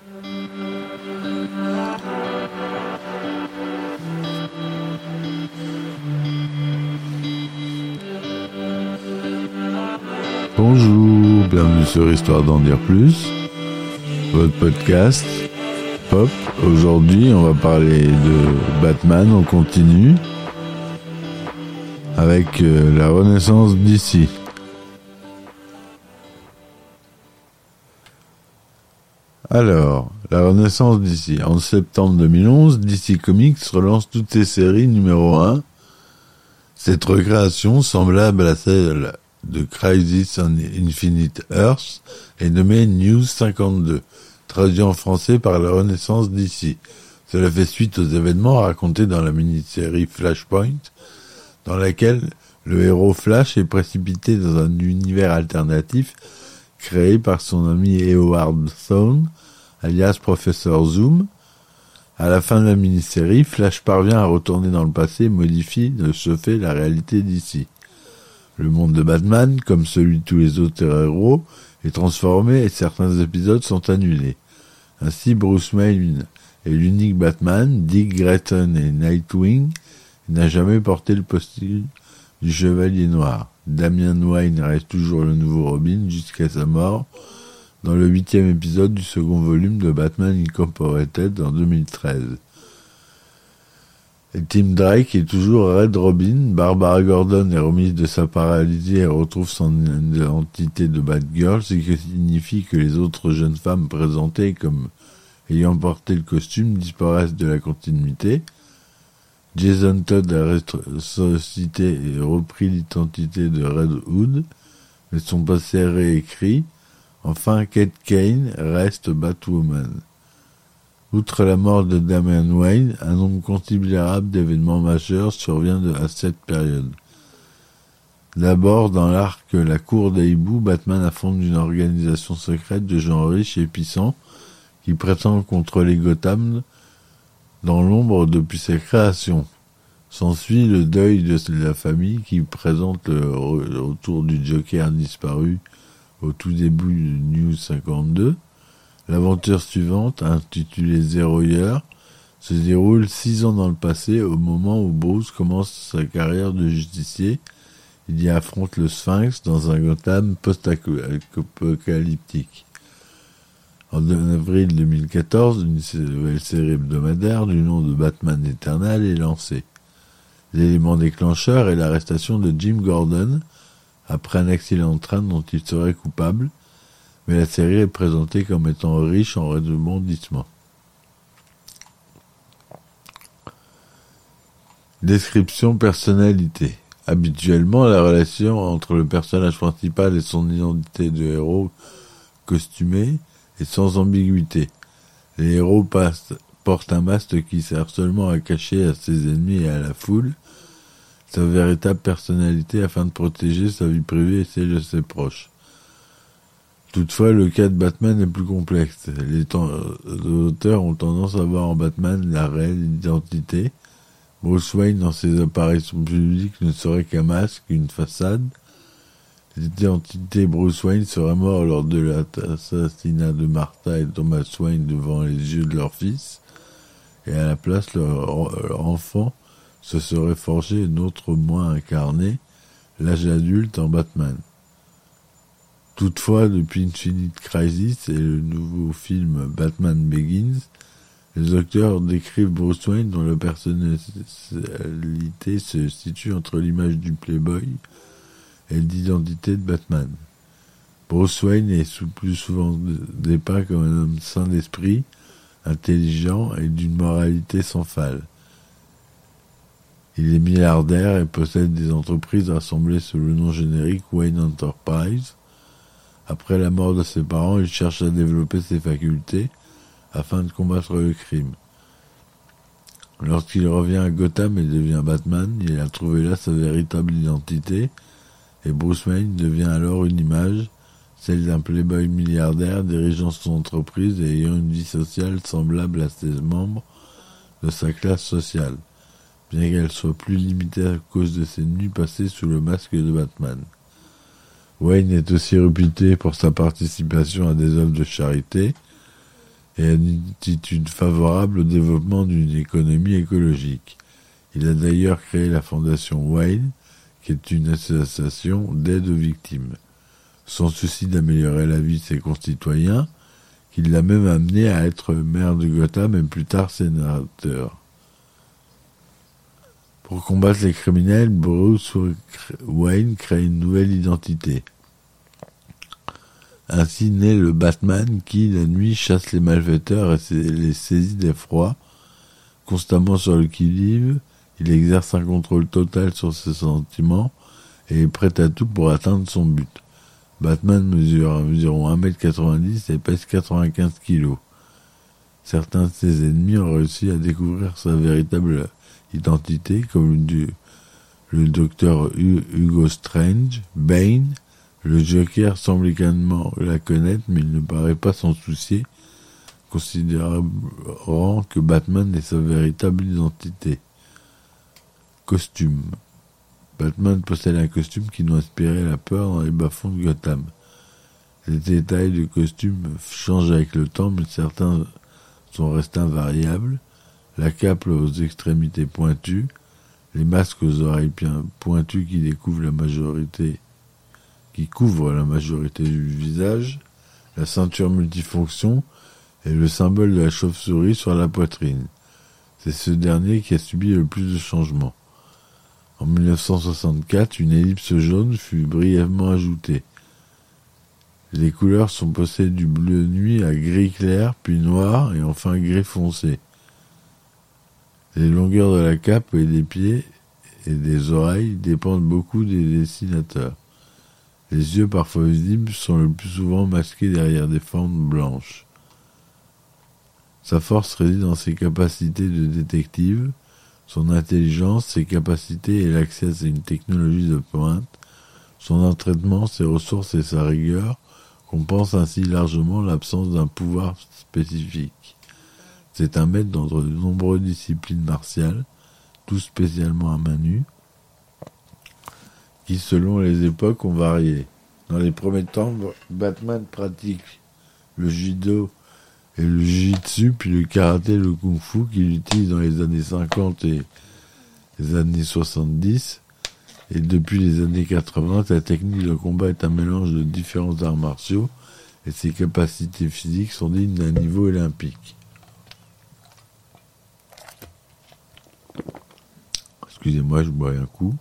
Bonjour, bienvenue sur Histoire d'en dire plus, votre podcast pop. Aujourd'hui, on va parler de Batman, on continue avec la renaissance DC. Alors, la renaissance DC. En septembre 2011, DC Comics relance toutes ses séries numéro 1. Cette recréation, semblable à celle de Crisis on Infinite Earth, est nommée News 52, traduit en français par la renaissance DC. Cela fait suite aux événements racontés dans la mini-série Flashpoint, dans laquelle le héros Flash est précipité dans un univers alternatif créé par son ami Howard Thawne, alias Professeur Zoom. À la fin de la mini-série, Flash parvient à retourner dans le passé et modifie de ce fait la réalité d'ici. Le monde de Batman, comme celui de tous les autres héros, est transformé et certains épisodes sont annulés. Ainsi, Bruce Wayne est l'unique Batman, Dick Grayson est Nightwing, et n'a jamais porté le costume du Chevalier Noir. Damian Wayne reste toujours le nouveau Robin jusqu'à sa mort, dans le 8e épisode du second volume de Batman Incorporated en 2013. Et Tim Drake est toujours Red Robin, Barbara Gordon est remise de sa paralysie et retrouve son identité de Batgirl, ce qui signifie que les autres jeunes femmes présentées comme ayant porté le costume disparaissent de la continuité. Jason Todd a ressuscité et repris l'identité de Red Hood, mais son passé est réécrit. Enfin, Kate Kane reste Batwoman. Outre la mort de Damian Wayne, un nombre considérable d'événements majeurs survient à cette période. D'abord, dans l'arc La Cour des Hiboux, Batman affronte une organisation secrète de gens riches et puissants qui prétendent contrôler Gotham dans l'ombre depuis sa création. S'ensuit le deuil de la famille qui présente le retour du Joker disparu au tout début de News 52. L'aventure suivante, intitulée Zero Year, se déroule 6 ans dans le passé, au moment où Bruce commence sa carrière de justicier. Il y affronte le Sphinx dans un Gotham post-apocalyptique. En avril 2014, une nouvelle série hebdomadaire du nom de Batman Eternal est lancée. L'élément déclencheur est l'arrestation de Jim Gordon après un accident de train dont il serait coupable, mais la série est présentée comme étant riche en rebondissements. Description personnalité. Habituellement, la relation entre le personnage principal et son identité de héros costumé est sans ambiguïté. Les héros portent un masque qui sert seulement à cacher à ses ennemis et à la foule sa véritable personnalité afin de protéger sa vie privée et celle de ses proches. Toutefois, le cas de Batman est plus complexe. Les auteurs ont tendance à voir en Batman la réelle identité. Bruce Wayne, dans ses apparitions publiques, ne serait qu'un masque, une façade. L'identité Bruce Wayne serait mort lors de l'assassinat de Martha et Thomas Wayne devant les yeux de leur fils, et à la place, leur enfant se serait forgé un autre moins incarné, l'âge adulte en Batman. Toutefois, depuis Infinite Crisis et le nouveau film Batman Begins, les auteurs décrivent Bruce Wayne dont la personnalité se situe entre l'image du Playboy et l'identité de Batman. Bruce Wayne est plus souvent dépeint comme un homme sain d'esprit, intelligent et d'une moralité sans faille. Il est milliardaire et possède des entreprises rassemblées sous le nom générique Wayne Enterprise. Après la mort de ses parents, il cherche à développer ses facultés afin de combattre le crime. Lorsqu'il revient à Gotham et devient Batman, il a trouvé là sa véritable identité, et Bruce Wayne devient alors une image, celle d'un playboy milliardaire dirigeant son entreprise et ayant une vie sociale semblable à ses membres de sa classe sociale, bien qu'elle soit plus limitée à cause de ses nuits passées sous le masque de Batman. Wayne est aussi réputé pour sa participation à des œuvres de charité. et a une attitude favorable au développement d'une économie écologique. Il a d'ailleurs créé la fondation Wayne, qui est une association d'aide aux victimes. Son souci d'améliorer la vie de ses concitoyens, qui l'a même amené à être maire de Gotham et plus tard sénateur. Pour combattre les criminels, Bruce Wayne crée une nouvelle identité. Ainsi naît le Batman qui, la nuit, chasse les malfaiteurs et les saisit d'effroi. Constamment sur le qui-vive, il exerce un contrôle total sur ses sentiments et est prêt à tout pour atteindre son but. Batman mesure environ 1m90 et pèse 95 kg. Certains de ses ennemis ont réussi à découvrir sa véritable identité, comme le docteur Hugo Strange, Bane. Le Joker semble également la connaître, mais il ne paraît pas s'en soucier, considérant que Batman est sa véritable identité. Costume. Batman possède un costume qui doit inspirer la peur dans les bas-fonds de Gotham. Les détails du costume changent avec le temps, mais certains sont restés invariables. La cape aux extrémités pointues, les masques aux oreilles pointues qui couvrent la majorité du visage, la ceinture multifonction et le symbole de la chauve-souris sur la poitrine. C'est ce dernier qui a subi le plus de changements. En 1964, une ellipse jaune fut brièvement ajoutée. Les couleurs sont passées du bleu nuit à gris clair, puis noir et enfin gris foncé. Les longueurs de la cape et des pieds et des oreilles dépendent beaucoup des dessinateurs. Les yeux parfois visibles sont le plus souvent masqués derrière des formes blanches. Sa force réside dans ses capacités de détective, son intelligence, ses capacités et l'accès à une technologie de pointe, son entraînement, ses ressources et sa rigueur compensent ainsi largement l'absence d'un pouvoir spécifique. C'est un maître dans de nombreuses disciplines martiales, tous spécialement à main nue, qui selon les époques ont varié. Dans les premiers temps, Batman pratique le judo et le jiu-jitsu, puis le karaté et le kung-fu qu'il utilise dans les années 50 et les années 70. Et depuis les années 80, sa technique de combat est un mélange de différents arts martiaux et ses capacités physiques sont dignes d'un niveau olympique. Excusez-moi, je bois un coup.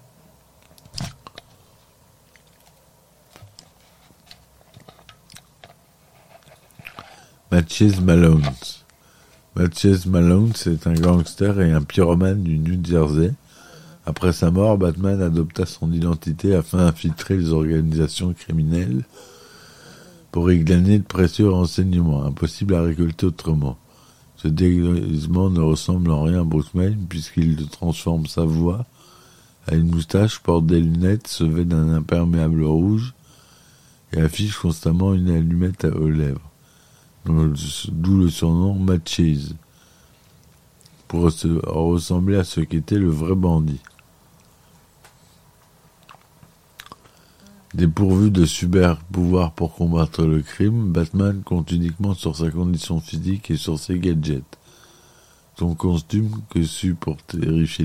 Matches Malone. Matches Malone, c'est un gangster et un pyromane du New Jersey. Après sa mort, Batman adopta son identité afin d'infiltrer les organisations criminelles pour y gagner de précieux renseignements, impossible à récolter autrement. Ce déguisement ne ressemble en rien à Bruce Wayne puisqu'il transforme sa voix à une moustache, porte des lunettes, se vêt d'un imperméable rouge et affiche constamment une allumette aux lèvres. D'où le surnom Matches, pour ressembler à ce qu'était le vrai bandit. Dépourvu de super pouvoirs pour combattre le crime, Batman compte uniquement sur sa condition physique et sur ses gadgets. Son costume, conçu pour terrifier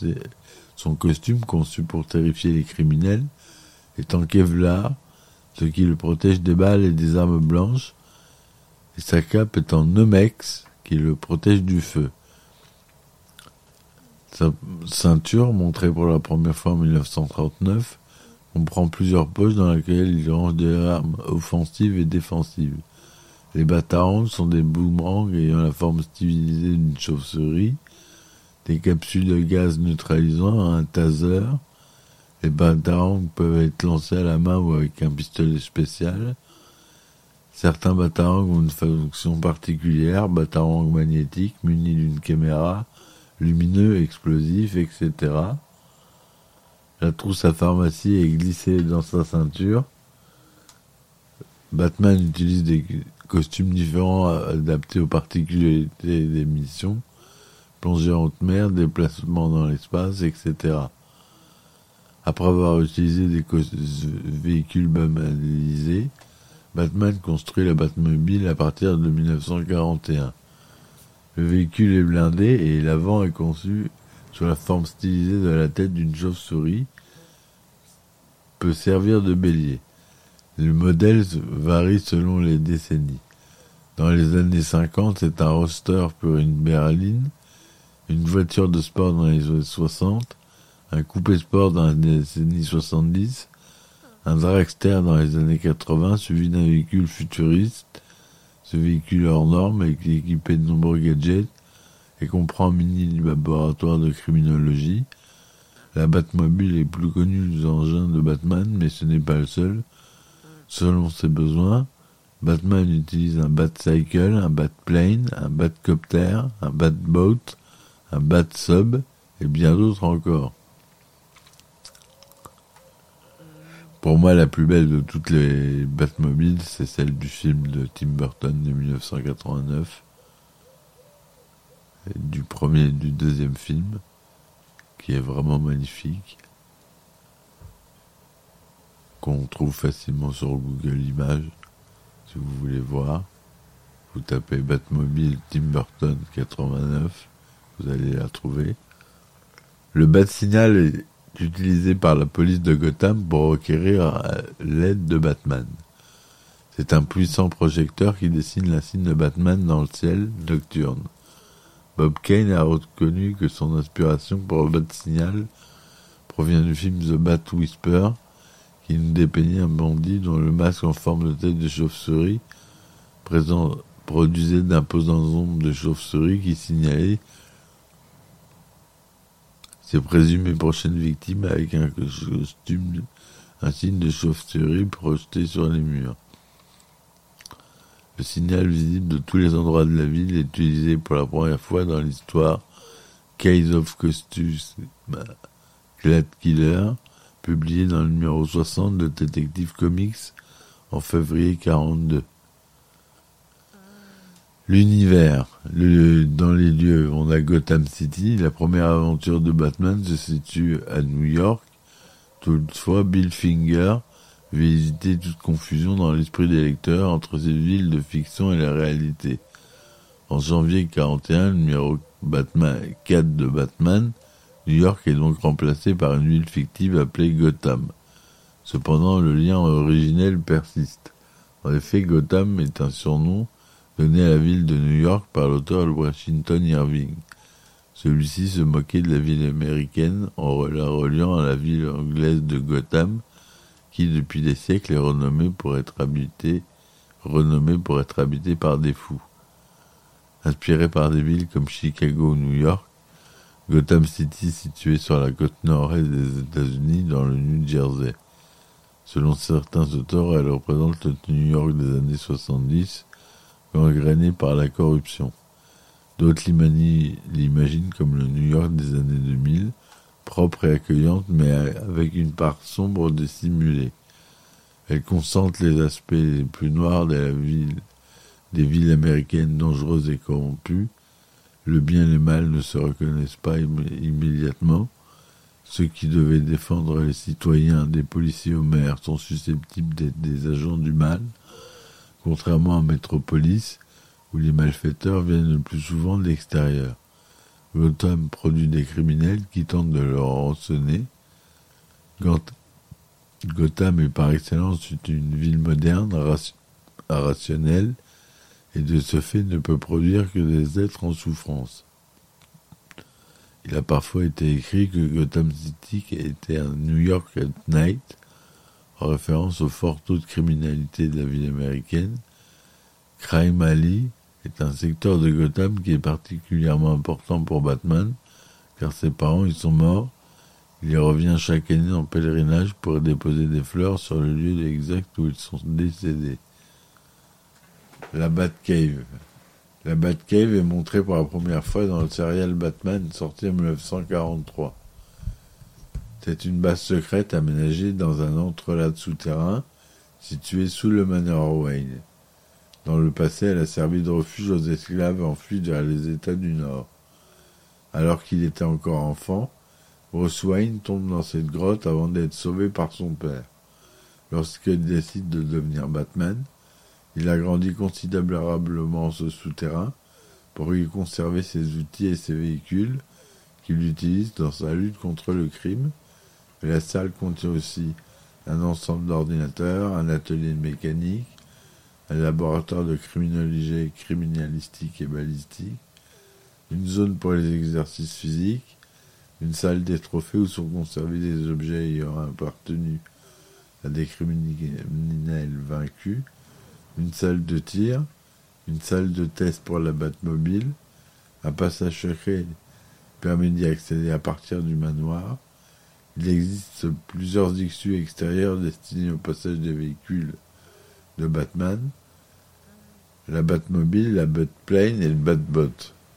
les criminels, est en Kevlar, ce qui le protège des balles et des armes blanches, et sa cape est en Nomex, qui le protège du feu. Sa ceinture, montrée pour la première fois en 1939, comprend plusieurs poches dans lesquelles il range des armes offensives et défensives. Les batarangs sont des boomerangs ayant la forme stylisée d'une chauve-souris, des capsules de gaz neutralisant, un taser. Les batarangs peuvent être lancés à la main ou avec un pistolet spécial. Certains batarangs ont une fonction particulière, batarangs magnétiques munis d'une caméra, lumineux, explosifs, etc. La trousse à pharmacie est glissée dans sa ceinture. Batman utilise des costumes différents adaptés aux particularités des missions, plongée en haute mer, déplacement dans l'espace, etc. Après avoir utilisé des véhicules banalisés, Batman construit la Batmobile à partir de 1941. Le véhicule est blindé et l'avant est conçu sur la forme stylisée de la tête d'une chauve-souris, peut servir de bélier. Le modèle varie selon les décennies. Dans les années 50, c'est un roadster pour une berline, une voiture de sport dans les années 60, un coupé sport dans les décennies 70, un dragster dans les années 80, suivi d'un véhicule futuriste. Ce véhicule hors norme est équipé de nombreux gadgets et comprend un mini laboratoire de criminologie. La Batmobile est plus connue des engins de Batman, mais ce n'est pas le seul. Selon ses besoins, Batman utilise un Batcycle, un Batplane, un Batcopter, un Batboat, un Batsub et bien d'autres encore. Pour moi, la plus belle de toutes les Batmobiles, c'est celle du film de Tim Burton de 1989, et du premier et du deuxième film, qui est vraiment magnifique, qu'on trouve facilement sur Google Images, si vous voulez voir. Vous tapez Batmobile Tim Burton 89, vous allez la trouver. Le bat-signal est utilisé par la police de Gotham pour requérir l'aide de Batman. C'est un puissant projecteur qui dessine l'insigne de Batman dans le ciel nocturne. Bob Kane a reconnu que son inspiration pour le bat-signal provient du film The Bat Whisperer, qui nous dépeignait un bandit dont le masque en forme de tête de chauve-souris produisait d'imposantes ombres de chauve-souris qui signalaient ses présumées prochaines victimes avec un costume, un signe de chauve-souris projeté sur les murs. Le signal visible de tous les endroits de la ville est utilisé pour la première fois dans l'histoire Case of Costume Glad Killer, publié dans le numéro 60 de Detective Comics en février 1942. L'univers. Dans les lieux, on a Gotham City. La première aventure de Batman se situe à New York. Toutefois, Bill Finger veut éviter toute confusion dans l'esprit des lecteurs entre ces villes de fiction et la réalité. En janvier 1941, le numéro 4 de Batman, New York est donc remplacé par une ville fictive appelée Gotham. Cependant, le lien originel persiste. En effet, Gotham est un surnom donné à la ville de New York par l'auteur Washington Irving. Celui-ci se moquait de la ville américaine en la reliant à la ville anglaise de Gotham, qui depuis des siècles est renommée pour être habitée par des fous. Inspiré par des villes comme Chicago ou New York, Gotham City, située sur la côte nord-est des États-Unis, dans le New Jersey. Selon certains auteurs, elle représente le New York des années 70, gangréné par la corruption. D'autres l'imaginent comme le New York des années 2000, propre et accueillante, mais avec une part sombre dissimulée. Elle concentre les aspects les plus noirs des villes américaines dangereuses et corrompues. Le bien et le mal ne se reconnaissent pas immédiatement. Ceux qui devaient défendre les citoyens des policiers aux maires sont susceptibles d'être des agents du mal, contrairement à Metropolis, où les malfaiteurs viennent le plus souvent de l'extérieur. Gotham produit des criminels qui tentent de leur rançonner. Gotham est par excellence une ville moderne, rationnelle, et de ce fait ne peut produire que des êtres en souffrance. Il a parfois été écrit que Gotham City était un New York at night, en référence au fort taux de criminalité de la ville américaine. Crime Alley est un secteur de Gotham qui est particulièrement important pour Batman, car ses parents y sont morts. Il y revient chaque année en pèlerinage pour déposer des fleurs sur le lieu exact où ils sont décédés. La Batcave. La Batcave est montrée pour la première fois dans le serial Batman sorti en 1943. C'est une base secrète aménagée dans un entrelac souterrain situé sous le Manor Wayne. Dans le passé, elle a servi de refuge aux esclaves enfuis vers les États du Nord. Alors qu'il était encore enfant, Bruce Wayne tombe dans cette grotte avant d'être sauvé par son père. Lorsqu'il décide de devenir Batman, Il agrandit considérablement ce souterrain pour y conserver ses outils et ses véhicules qu'il utilise dans sa lutte contre le crime. Mais la salle contient aussi un ensemble d'ordinateurs, un atelier de mécanique, un laboratoire de criminologie criminalistique et balistique, une zone pour les exercices physiques, une salle des trophées où sont conservés des objets ayant appartenu à des criminels vaincus, une salle de tir, une salle de test pour la Batmobile, un passage secret permet d'y accéder à partir du manoir. Il existe plusieurs issues extérieures destinées au passage des véhicules de Batman, la Batmobile, la Batplane et le Batbot.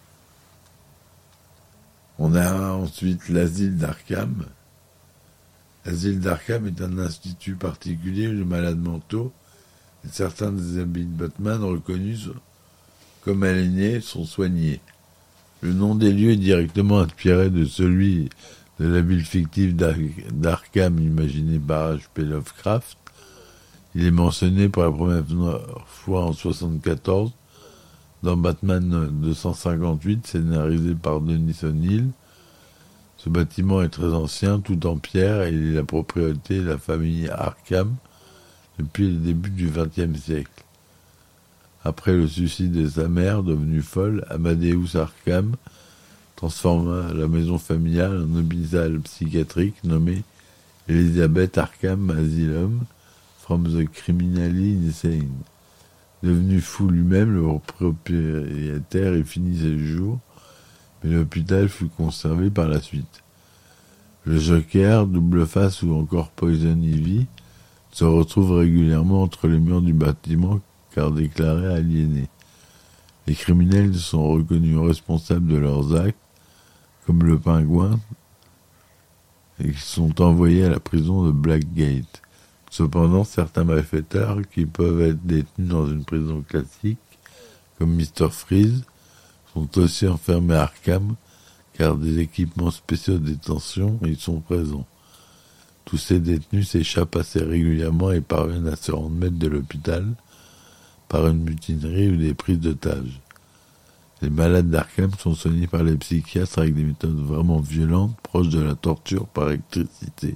On a ensuite l'asile d'Arkham. L'asile d'Arkham est un institut particulier où les malades mentaux et certains des habits de Batman reconnus comme aliénés sont soignés. Le nom des lieux est directement inspiré de celui de la ville fictive d'Arkham imaginée par H.P. Lovecraft. Il est mentionné pour la première fois en 1974 dans Batman 258, scénarisé par Denis O'Neill. Ce bâtiment est très ancien, tout en pierre, et il est la propriété de la famille Arkham depuis le début du XXe siècle. Après le suicide de sa mère, devenue folle, Amadeus Arkham transforma la maison familiale en hôpital psychiatrique nommé Elizabeth Arkham Asylum from the Criminally Insane. Devenu fou lui-même, le propriétaire y finit ses jours, mais l'hôpital fut conservé par la suite. Le Joker, Double Face ou encore Poison Ivy se retrouvent régulièrement entre les murs du bâtiment car déclarés aliénés. Les criminels sont reconnus responsables de leurs actes, comme le Pingouin, et sont envoyés à la prison de Blackgate. Cependant, certains malfaiteurs qui peuvent être détenus dans une prison classique, comme Mr. Freeze, sont aussi enfermés à Arkham, car des équipements spéciaux de détention y sont présents. Tous ces détenus s'échappent assez régulièrement et parviennent à se rendre maîtres de l'hôpital par une mutinerie ou des prises d'otages. Les malades d'Arkham sont soignés par les psychiatres avec des méthodes vraiment violentes, proches de la torture par électricité.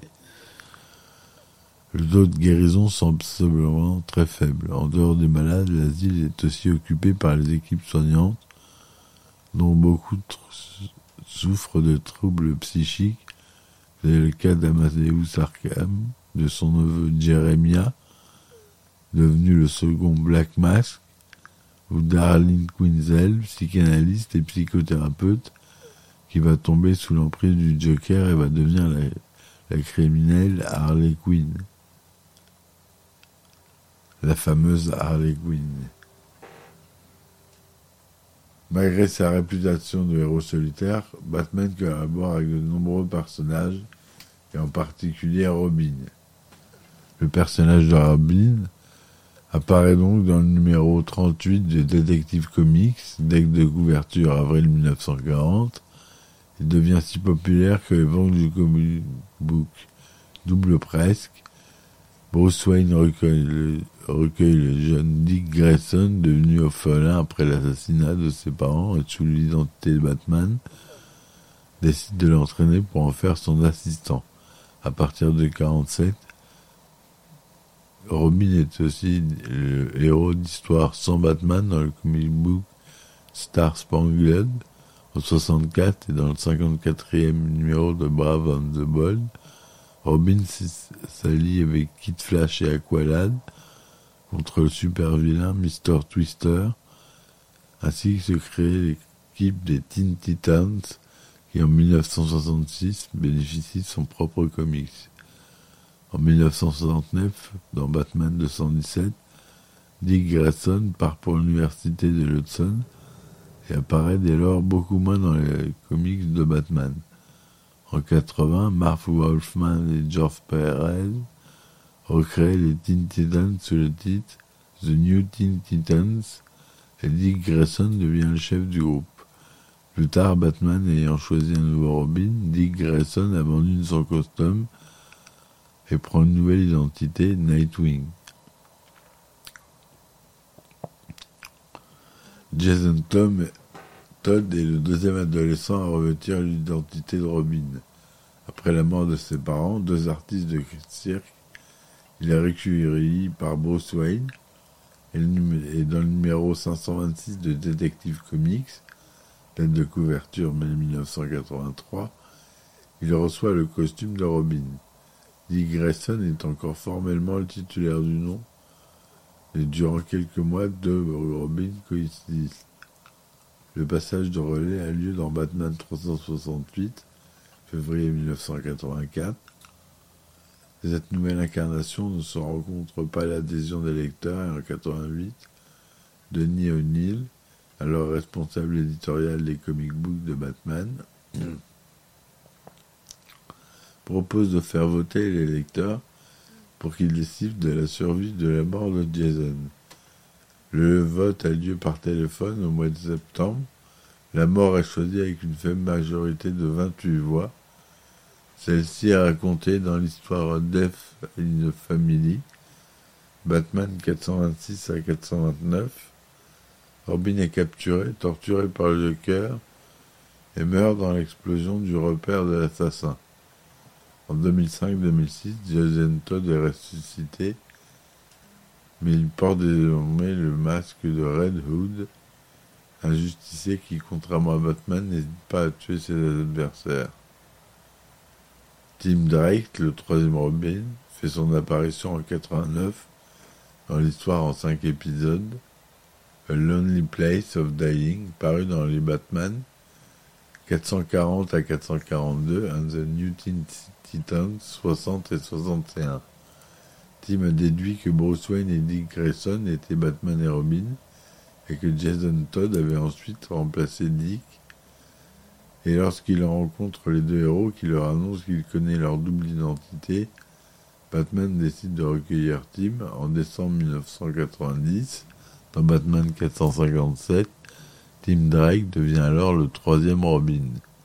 Le taux de guérison semble simplement très faible. En dehors des malades, l'asile est aussi occupé par les équipes soignantes, dont beaucoup souffrent de troubles psychiques. C'est le cas d'Amadeus Arkham, de son neveu Jeremiah, devenu le second Black Mask, ou d'Arlene Quinzel, psychanalyste et psychothérapeute, qui va tomber sous l'emprise du Joker et va devenir la criminelle Harley Quinn. La fameuse Harley Quinn. Malgré sa réputation de héros solitaire, Batman collabore avec de nombreux personnages, et en particulier Robin. Le personnage de Robin apparaît donc dans le numéro 38 de Detective Comics, deck de couverture avril 1940. Il devient si populaire que les ventes du comic book doublent presque. Bruce Wayne recueille le jeune Dick Grayson, devenu orphelin après l'assassinat de ses parents et sous l'identité de Batman, décide de l'entraîner pour en faire son assistant. À partir de 1947, Robin est aussi le héros d'histoire sans Batman dans le comic book Star Spangled en 1964 et dans le 54e numéro de Brave and the Bold. Robin s'allie avec Kid Flash et Aqualad contre le super-vilain Mr. Twister, ainsi que se crée l'équipe des Teen Titans qui en 1966 bénéficie de son propre comics. En 1969, dans Batman 217, Dick Grayson part pour l'université de l'Hudson et apparaît dès lors beaucoup moins dans les comics de Batman. En 80, Marv Wolfman et Geoff Perez recréent les Teen Titans sous le titre The New Teen Titans et Dick Grayson devient le chef du groupe. Plus tard, Batman ayant choisi un nouveau Robin, Dick Grayson abandonne son costume et prend une nouvelle identité, Nightwing. Jason Todd est le deuxième adolescent à revêtir l'identité de Robin. Après la mort de ses parents, deux artistes de cirque, il est recueilli par Bruce Wayne et dans le numéro 526 de Detective Comics, date de couverture mai 1983, il reçoit le costume de Robin. Dick Grayson est encore formellement le titulaire du nom, et durant quelques mois, deux Robins coïncident. Le passage de relais a lieu dans Batman 368, février 1984. Cette nouvelle incarnation ne se rencontre pas l'adhésion des lecteurs et en 1988, Denis O'Neill, alors responsable éditorial des comic books de Batman, propose de faire voter les lecteurs pour qu'ils décident de la survie ou de la mort de Jason. Le vote a lieu par téléphone au mois de septembre. La mort est choisie avec une faible majorité de 28 voix. Celle-ci est racontée dans l'histoire Death in the Family, Batman 426 à 429. Robin est capturé, torturé par le Joker et meurt dans l'explosion du repère de l'assassin. En 2005-2006, Jason Todd est ressuscité, mais il porte désormais le masque de Red Hood, un justicier qui, contrairement à Batman, n'hésite pas à tuer ses adversaires. Tim Drake, le troisième Robin, fait son apparition en 89 dans l'histoire en 5 épisodes, A Lonely Place of Dying, paru dans les Batman 440 à 442 and the New Teen Titans 60 et 61. Tim a déduit que Bruce Wayne et Dick Grayson étaient Batman et Robin et que Jason Todd avait ensuite remplacé Dick. Et lorsqu'il rencontre les deux héros qui leur annoncent qu'il connaît leur double identité, Batman décide de recueillir Tim en décembre 1990. Dans Batman 457, Tim Drake devient alors le troisième Robin.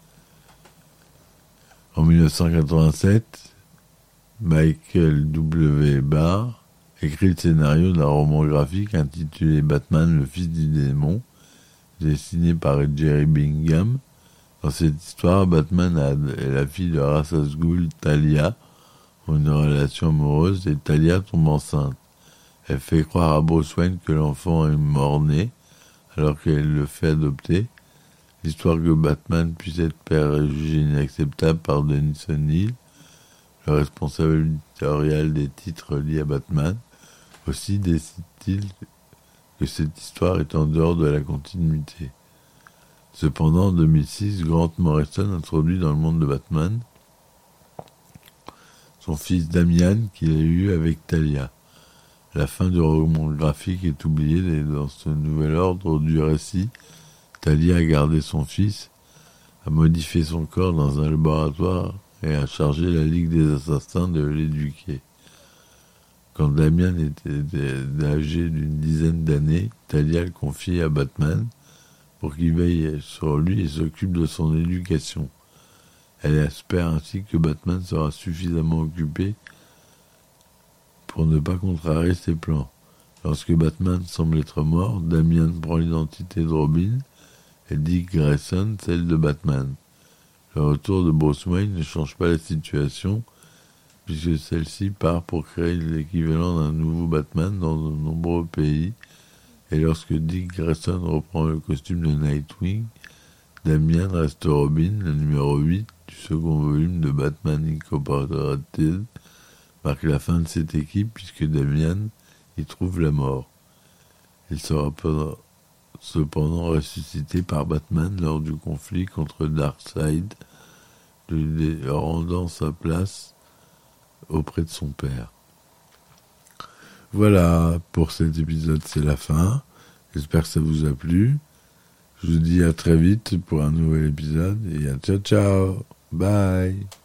En 1987, Michael W. Barr écrit le scénario d'un roman graphique intitulé Batman, le fils du démon, dessiné par Jerry Bingham. Dans cette histoire, Batman et la fille de Ra's al Ghul, Talia, ont une relation amoureuse et Talia tombe enceinte. Elle fait croire à Bruce Wayne que l'enfant est mort-né, alors qu'elle le fait adopter. L'histoire que Batman puisse être père est jugée inacceptable par Dennis O'Neill, le responsable éditorial des titres liés à Batman. Aussi décide-t-il que cette histoire est en dehors de la continuité. Cependant, en 2006, Grant Morrison introduit dans le monde de Batman son fils Damian qu'il a eu avec Talia. La fin du roman graphique est oubliée et dans ce nouvel ordre du récit, Talia a gardé son fils, a modifié son corps dans un laboratoire et a chargé la Ligue des Assassins de l'éduquer. Quand Damian était âgé d'une dizaine d'années, Talia le confie à Batman pour qu'il veille sur lui et s'occupe de son éducation. Elle espère ainsi que Batman sera suffisamment occupé pour ne pas contrarier ses plans. Lorsque Batman semble être mort, Damian prend l'identité de Robin et Dick Grayson celle de Batman. Le retour de Bruce Wayne ne change pas la situation, puisque celle-ci part pour créer l'équivalent d'un nouveau Batman dans de nombreux pays, et lorsque Dick Grayson reprend le costume de Nightwing, Damian reste Robin, le numéro 8 du second volume de Batman Incorporated, marque la fin de cette équipe puisque Damian y trouve la mort. Il sera cependant ressuscité par Batman lors du conflit contre Darkseid, lui rendant sa place auprès de son père. Voilà, pour cet épisode, c'est la fin. J'espère que ça vous a plu. Je vous dis à très vite pour un nouvel épisode et à ciao ciao. Bye.